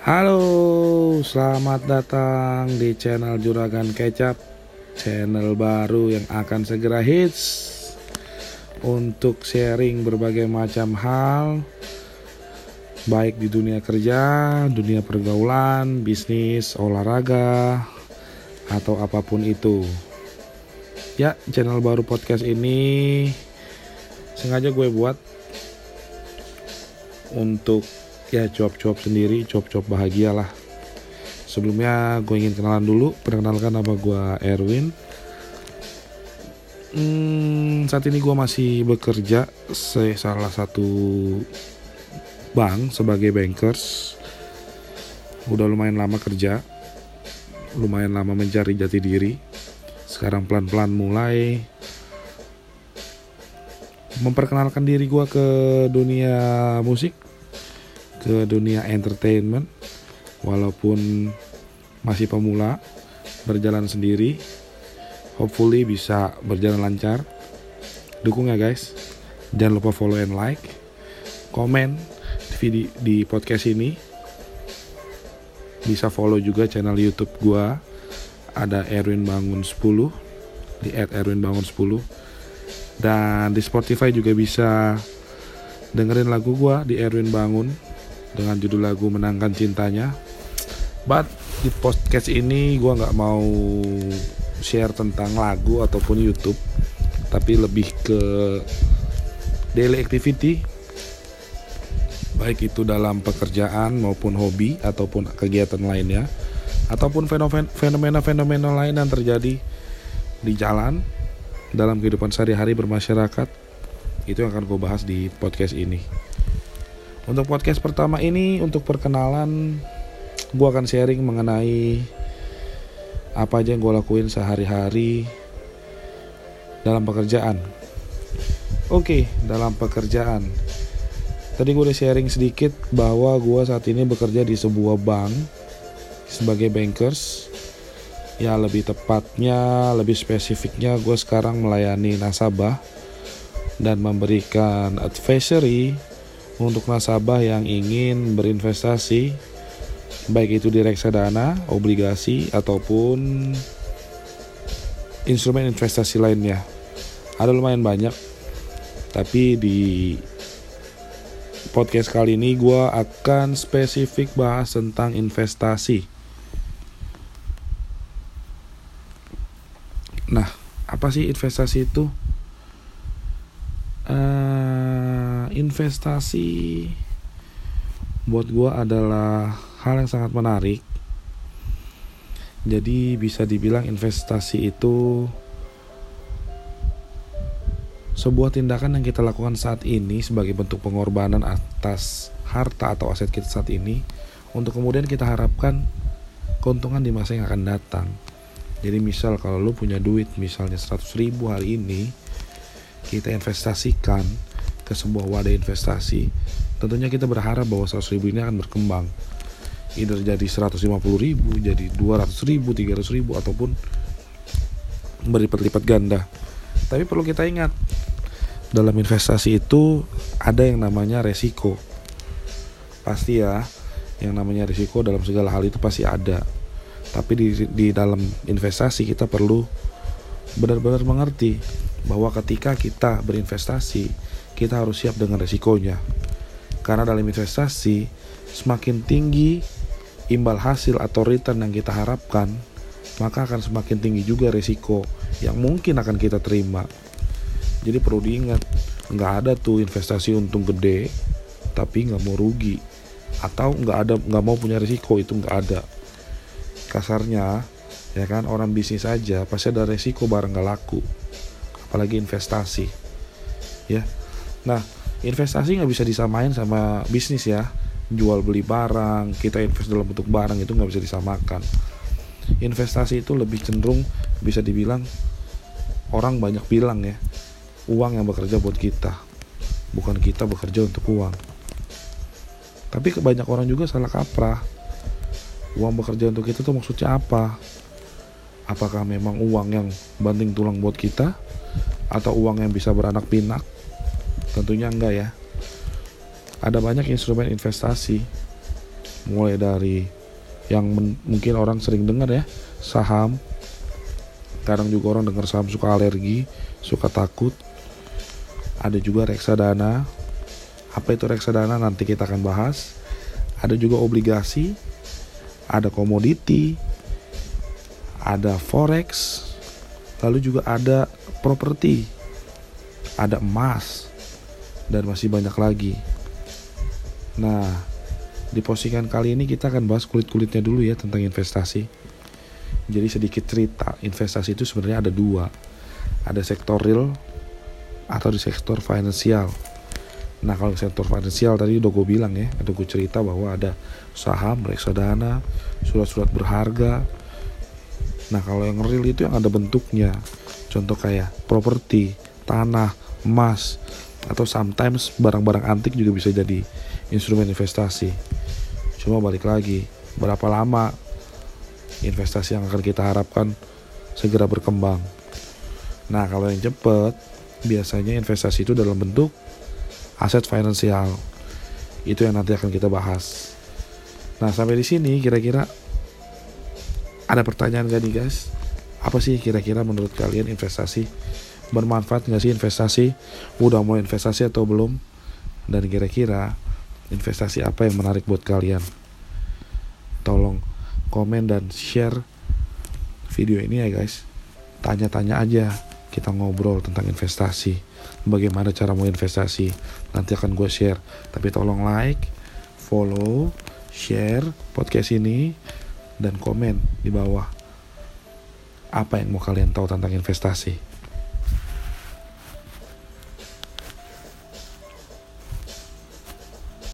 Halo, selamat datang di channel Juragan Kecap, channel baru yang akan segera hits untuk sharing berbagai macam hal, baik di dunia kerja, dunia pergaulan, bisnis, olahraga, atau apapun itu. Ya, channel baru podcast ini sengaja gue buat untuk ya cuap-cuap sendiri, cuap-cuap bahagia lah. Sebelumnya gue ingin kenalan dulu, perkenalkan nama gue Erwin. Saat ini gue masih bekerja salah satu bank sebagai bankers. Udah lumayan lama kerja, lumayan lama mencari jati diri. Sekarang pelan-pelan mulai memperkenalkan diri gue ke dunia musik, ke dunia entertainment. Walaupun masih pemula, berjalan sendiri, hopefully bisa berjalan lancar. Dukung ya guys. Jangan lupa follow and like, komen di podcast ini. Bisa follow juga channel YouTube gua, ada Erwin Bangun 10 di @erwinbangun10. Dan di Spotify juga bisa dengerin lagu gua di Erwin Bangun dengan judul lagu Menangkan Cintanya. But di podcast ini gue gak mau share tentang lagu ataupun YouTube, tapi lebih ke daily activity, baik itu dalam pekerjaan maupun hobi ataupun kegiatan lainnya, ataupun fenomena-fenomena lain yang terjadi di jalan dalam kehidupan sehari-hari bermasyarakat. Itu yang akan gue bahas di podcast ini. Untuk podcast pertama ini, untuk perkenalan, gue akan sharing mengenai apa aja yang gue lakuin sehari-hari dalam pekerjaan. Oke, dalam pekerjaan. Tadi gue udah sharing sedikit bahwa gue saat ini bekerja di sebuah bank sebagai bankers. Ya lebih tepatnya, lebih spesifiknya gue sekarang melayani nasabah dan memberikan advisory untuk nasabah yang ingin berinvestasi, baik itu di reksadana, obligasi, ataupun instrumen investasi lainnya. Ada lumayan banyak, tapi di podcast kali ini gue akan spesifik bahas tentang investasi. Nah, apa sih investasi itu? Investasi buat gue adalah hal yang sangat menarik. Jadi bisa dibilang investasi itu sebuah tindakan yang kita lakukan saat ini sebagai bentuk pengorbanan atas harta atau aset kita saat ini, untuk kemudian kita harapkan keuntungan di masa yang akan datang. Jadi misal kalau lu punya duit misalnya 100.000 hari ini, kita investasikan ke sebuah wadah investasi, tentunya kita berharap bahwa 100.000 ini akan berkembang, either jadi 150.000, jadi 200.000, 300.000, ataupun berlipat-lipat ganda. Tapi perlu kita ingat, dalam investasi itu ada yang namanya resiko. Pasti ya, yang namanya resiko dalam segala hal itu pasti ada. Tapi di dalam investasi kita perlu benar-benar mengerti bahwa ketika kita berinvestasi, kita harus siap dengan resikonya. Karena dalam investasi, semakin tinggi imbal hasil atau return yang kita harapkan, maka akan semakin tinggi juga resiko yang mungkin akan kita terima. Jadi perlu diingat, nggak ada tuh investasi untung gede tapi nggak mau rugi, atau nggak mau punya resiko, itu nggak ada. Kasarnya, ya kan, orang bisnis aja pasti ada resiko barang nggak laku, apalagi investasi, ya. Nah, investasi nggak bisa disamain sama bisnis ya. Jual beli barang, kita invest dalam bentuk barang, itu nggak bisa disamakan. Investasi itu lebih cenderung bisa dibilang, orang banyak bilang ya, uang yang bekerja buat kita, bukan kita bekerja untuk uang. Tapi banyak orang juga salah kaprah. Uang bekerja untuk kita tuh maksudnya apa? Apakah memang uang yang banting tulang buat kita, atau uang yang bisa beranak pinak? Tentunya enggak ya. Ada banyak instrumen investasi mulai dari yang mungkin orang sering dengar ya, saham. Kadang juga orang dengar saham suka alergi, suka takut. Ada juga reksadana. Apa itu reksadana? Nanti kita akan bahas. Ada juga obligasi, ada komoditi, ada forex, lalu juga ada properti, ada emas, dan masih banyak lagi. Nah, di postingan kali ini kita akan bahas kulit-kulitnya dulu ya tentang investasi. Jadi sedikit cerita, investasi itu sebenarnya ada dua. Ada sektor real atau di sektor finansial. Nah, kalau sektor finansial tadi udah gue bilang ya, udah gue cerita bahwa ada saham, reksadana, surat-surat berharga. Nah, kalau yang real itu yang ada bentuknya. Contoh kayak properti, tanah, emas, atau sometimes barang-barang antik juga bisa jadi instrumen investasi. Cuma balik lagi, berapa lama investasi yang akan kita harapkan segera berkembang. Nah, kalau yang cepat, biasanya investasi itu dalam bentuk aset finansial. Itu yang nanti akan kita bahas. Nah, sampai di sini kira-kira ada pertanyaan gak nih guys? Apa sih kira-kira menurut kalian investasi? Bermanfaat gak sih investasi? Udah mulai investasi atau belum? Dan kira-kira investasi apa yang menarik buat kalian? Tolong komen dan share video ini ya guys. Tanya-tanya aja, kita ngobrol tentang investasi. Bagaimana cara mau investasi, nanti akan gue share. Tapi tolong like, follow, share podcast ini, dan komen di bawah apa yang mau kalian tahu tentang investasi.